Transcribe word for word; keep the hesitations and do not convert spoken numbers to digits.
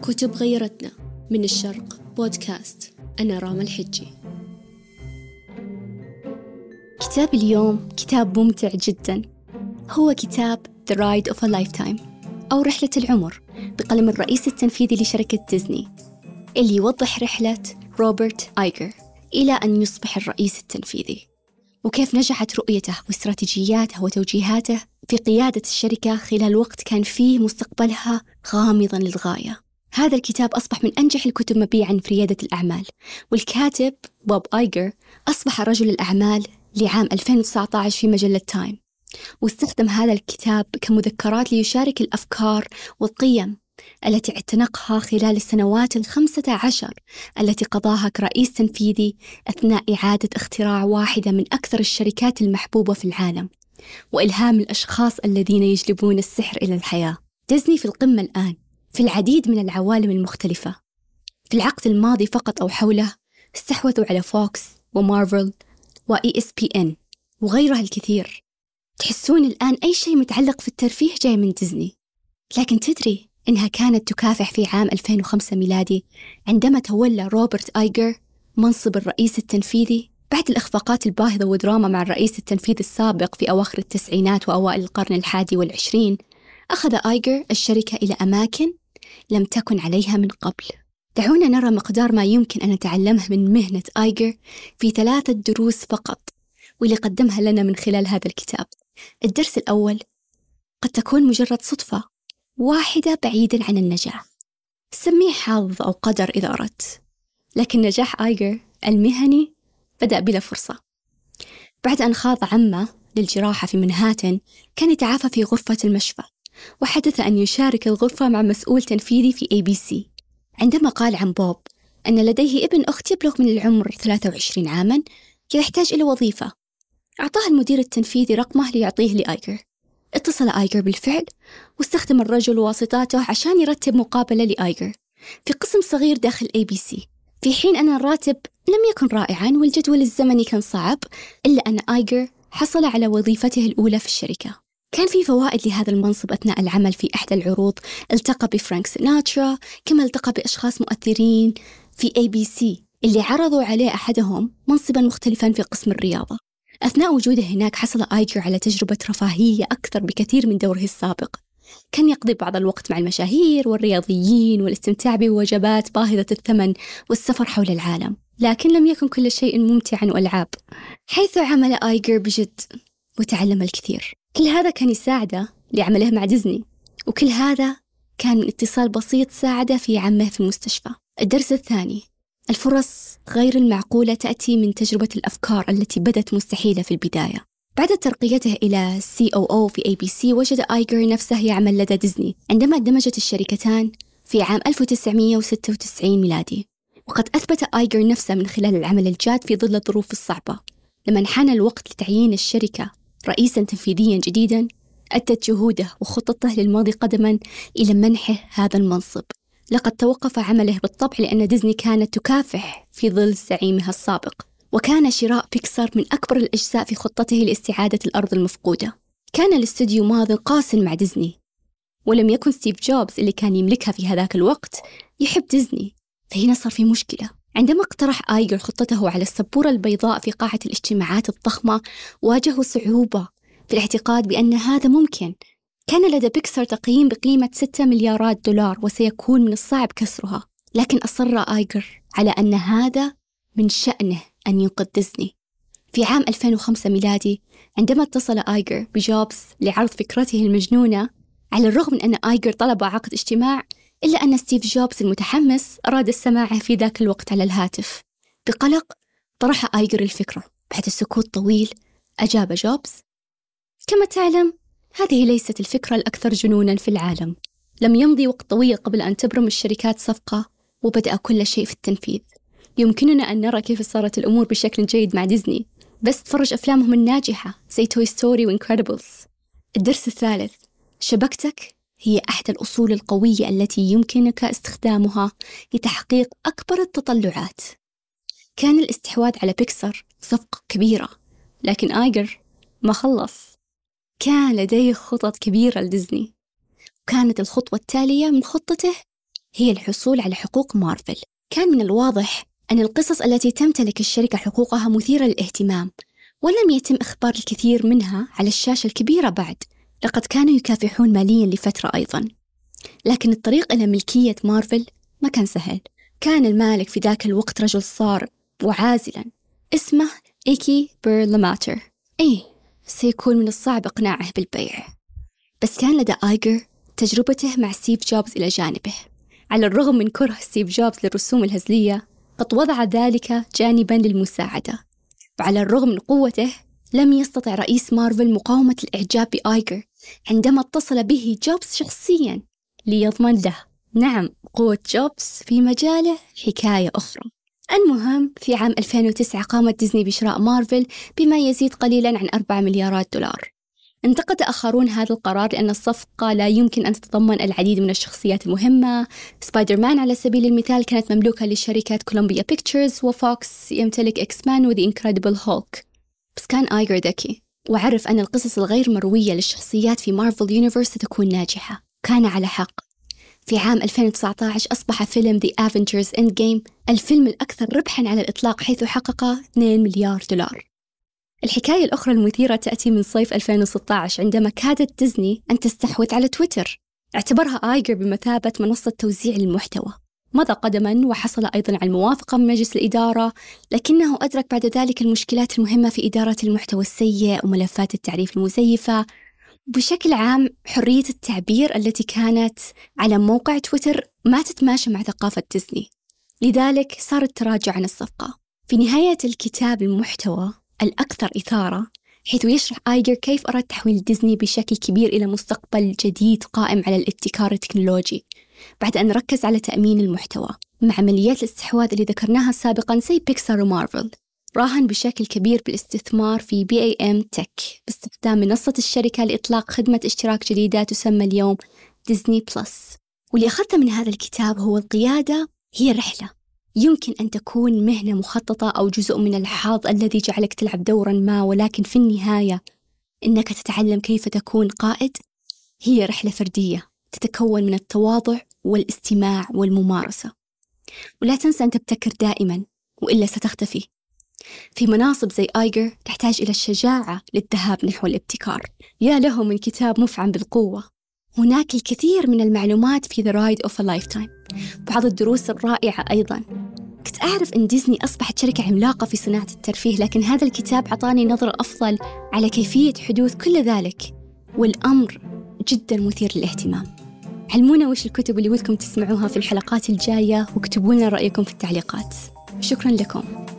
كتب غيرتنا من الشرق بودكاست. أنا راما الحجي. كتاب اليوم كتاب ممتع جدا، هو كتاب The Ride of a Lifetime أو رحلة العمر بقلم الرئيس التنفيذي لشركة ديزني، اللي يوضح رحلة روبرت آيجر إلى أن يصبح الرئيس التنفيذي، وكيف نجحت رؤيته واستراتيجياته وتوجيهاته في قيادة الشركة خلال وقت كان فيه مستقبلها غامضاً للغاية. هذا الكتاب أصبح من أنجح الكتب مبيعاً في ريادة الأعمال، والكاتب بوب آيجر أصبح رجل الأعمال لعام ألفين وتسعة عشر في مجلة تايم، واستخدم هذا الكتاب كمذكرات ليشارك الأفكار والقيم التي اعتنقها خلال السنوات الخمسة عشر التي قضاها كرئيس تنفيذي أثناء إعادة اختراع واحدة من أكثر الشركات المحبوبة في العالم، وإلهام الأشخاص الذين يجلبون السحر إلى الحياة. ديزني في القمة الآن في العديد من العوالم المختلفة. في العقد الماضي فقط أو حوله استحوذوا على فوكس ومارفل وإي إس بي إن وغيرها الكثير. تحسون الآن أي شيء متعلق في الترفيه جاي من ديزني. لكن تدري إنها كانت تكافح في عام ألفين وخمسة ميلادي عندما تولى روبرت آيجر منصب الرئيس التنفيذي بعد الإخفاقات الباهظة ودراما مع الرئيس التنفيذي السابق في أواخر التسعينات وأوائل القرن الحادي والعشرين. أخذ آيجر الشركة إلى أماكن لم تكن عليها من قبل. دعونا نرى مقدار ما يمكن أن نتعلمه من مهنة آيجر في ثلاثة دروس فقط، واللي قدمها لنا من خلال هذا الكتاب. الدرس الأول: قد تكون مجرد صدفة واحدة بعيداً عن النجاح، سميه حظ أو قدر إذا أردت، لكن نجاح آيجر المهني بدأ بلا فرصة. بعد أن خاض عمه للجراحة في منهاتن، كان يتعافى في غرفة المشفى، وحدث أن يشارك الغرفة مع مسؤول تنفيذي في إيه بي سي، عندما قال عن بوب أن لديه ابن أخت يبلغ من العمر ثلاثة وعشرين عاماً يحتاج إلى وظيفة. أعطاه المدير التنفيذي رقمه ليعطيه لآيجر. اتصل آيجر بالفعل، واستخدم الرجل واسطاته عشان يرتب مقابلة لآيجر في قسم صغير داخل إيه بي سي، في حين أن الراتب لم يكن رائعاً والجدول الزمني كان صعب، إلا أن آيجر حصل على وظيفته الأولى في الشركة. كان في فوائد لهذا المنصب أثناء العمل في إحدى العروض، التقى بفرانك سيناترا، كما التقى بأشخاص مؤثرين في إيه بي سي اللي عرضوا عليه أحدهم منصباً مختلفاً في قسم الرياضة. أثناء وجوده هناك حصل آيجر على تجربة رفاهية أكثر بكثير من دوره السابق. كان يقضي بعض الوقت مع المشاهير والرياضيين والاستمتاع بوجبات باهظة الثمن والسفر حول العالم، لكن لم يكن كل شيء ممتعاً وألعاب، حيث عمل آيجر بجد وتعلم الكثير. كل هذا كان يساعده لعمله مع ديزني، وكل هذا كان من اتصال بسيط ساعده في عمه في المستشفى. الدرس الثاني: الفرص غير المعقولة تأتي من تجربة الأفكار التي بدت مستحيلة في البداية. بعد ترقيته إلى سي أو أو في إيه بي سي، وجد آيجر نفسه يعمل لدى ديزني عندما اندمجت الشركتان في عام ألف وتسعمائة وستة وتسعين ميلادي. وقد أثبت آيجر نفسه من خلال العمل الجاد في ظل الظروف الصعبة. لما حان الوقت لتعيين الشركة رئيساً تنفيذياً جديداً، أدت جهوده وخطته للماضي قدماً إلى منحه هذا المنصب. لقد توقف عمله بالطبع لأن ديزني كانت تكافح في ظل زعيمها السابق، وكان شراء بيكسار من أكبر الأجزاء في خطته لاستعادة الأرض المفقودة. كان الاستوديو ماضٍ قاسٍ مع ديزني، ولم يكن ستيف جوبز اللي كان يملكها في هذاك الوقت يحب ديزني، فهنا صار في مشكلة. عندما اقترح آيجر خطته على السبورة البيضاء في قاعة الاجتماعات الضخمة، واجهوا صعوبة في الاعتقاد بأن هذا ممكن. كان لدى بيكسار تقييم بقيمة ستة مليارات دولار، وسيكون من الصعب كسرها، لكن أصر آيجر على أن هذا من شأنه أن ينقذ ديزني. في عام ألفين وخمسة ميلادي، عندما اتصل آيجر بجوبز لعرض فكرته المجنونة، على الرغم من أن آيجر طلب عقد اجتماع، إلا أن ستيف جوبز المتحمس أراد السماع في ذاك الوقت على الهاتف. بقلق طرح آيجر الفكرة. بعد سكوت طويل أجاب جوبز: كما تعلم، هذه ليست الفكرة الأكثر جنوناً في العالم. لم يمضي وقت طويل قبل أن تبرم الشركات صفقة وبدأ كل شيء في التنفيذ. يمكننا أن نرى كيف صارت الأمور بشكل جيد مع ديزني، بس تفرج أفلامهم الناجحة زي توي ستوري وإنكريدبلز. الدرس الثالث: شبكتك هي أحد الأصول القوية التي يمكنك استخدامها لتحقيق أكبر التطلعات. كان الاستحواذ على بيكسار صفقة كبيرة، لكن آيجر ما خلص. كان لديه خطط كبيرة لديزني، وكانت الخطوة التالية من خطته هي الحصول على حقوق مارفل. كان من الواضح أن القصص التي تمتلك الشركة حقوقها مثيرة للاهتمام، ولم يتم إخبار الكثير منها على الشاشة الكبيرة بعد، لقد كانوا يكافحون مالياً لفترة أيضاً. لكن الطريق إلى ملكية مارفل ما كان سهل. كان المالك في ذاك الوقت رجل صارم وعازلاً اسمه إيكي بيرلماتر. إيه، سيكون من الصعب إقناعه بالبيع. بس كان لدى آيجر تجربته مع ستيف جوبز إلى جانبه. على الرغم من كره ستيف جوبز للرسوم الهزلية، قد وضع ذلك جانباً للمساعدة. وعلى الرغم من قوته، لم يستطع رئيس مارفل مقاومة الإعجاب بآيجر عندما اتصل به جوبز شخصياً ليضمن له. نعم، قوة جوبز في مجاله حكاية أخرى. المهم، في عام ألفين وتسعة قامت ديزني بشراء مارفل بما يزيد قليلاً عن أربعة مليارات دولار. انتقد آخرون هذا القرار لأن الصفقة لا يمكن أن تتضمن العديد من الشخصيات المهمة. سبايدر مان على سبيل المثال كانت مملوكة لشركات كولومبيا بيكتشرز، وفوكس يمتلك إكس مان وذي إنكريديبل هولك. بس كان آيجر ذكي وعرف أن القصص الغير مروية للشخصيات في مارفل يونيفرس ستكون ناجحة. كان على حق. في عام ألفين وتسعة عشر أصبح فيلم The Avengers Endgame الفيلم الأكثر ربحاً على الإطلاق، حيث حقق اثنين مليار دولار. الحكاية الأخرى المثيرة تأتي من صيف ألفين وستة عشر عندما كادت ديزني أن تستحوذ على تويتر. اعتبرها آيجر بمثابة منصة توزيع المحتوى. مضى قدماً وحصل أيضاً على الموافقة من مجلس الإدارة، لكنه أدرك بعد ذلك المشكلات المهمة في إدارة المحتوى السيء وملفات التعريف المزيفة. بشكل عام، حرية التعبير التي كانت على موقع تويتر ما تتماشى مع ثقافة ديزني، لذلك صار التراجع عن الصفقة. في نهاية الكتاب المحتوى الأكثر إثارة، حيث يشرح آيجر كيف أراد تحويل ديزني بشكل كبير إلى مستقبل جديد قائم على الابتكار التكنولوجي، بعد أن ركز على تأمين المحتوى مع عمليات الاستحواذ اللي ذكرناها سابقاً زي بيكسار ومارفل. راهن بشكل كبير بالاستثمار في بي إيه إم تك باستخدام منصة الشركة لإطلاق خدمة اشتراك جديدة تسمى اليوم ديزني بلس. واللي أخذته من هذا الكتاب هو القيادة هي رحلة، يمكن أن تكون مهنة مخططة أو جزء من الحظ الذي جعلك تلعب دوراً ما، ولكن في النهاية إنك تتعلم كيف تكون قائد. هي رحلة فردية تتكون من التواضع والاستماع والممارسة. ولا تنسى أن تبتكر دائماً، وإلا ستختفي. في مناصب زي آيجر تحتاج إلى الشجاعة للذهاب نحو الابتكار. يا له من كتاب مفعم بالقوة. هناك الكثير من المعلومات في The Ride of a Lifetime، بعض الدروس الرائعة أيضاً. كنت أعرف أن ديزني أصبحت شركة عملاقة في صناعة الترفيه، لكن هذا الكتاب عطاني نظرة أفضل على كيفية حدوث كل ذلك، والأمر جداً مثير للاهتمام. علمونا وش الكتب اللي ودكم تسمعوها في الحلقات الجاية، واكتبوا لنا رأيكم في التعليقات. شكراً لكم.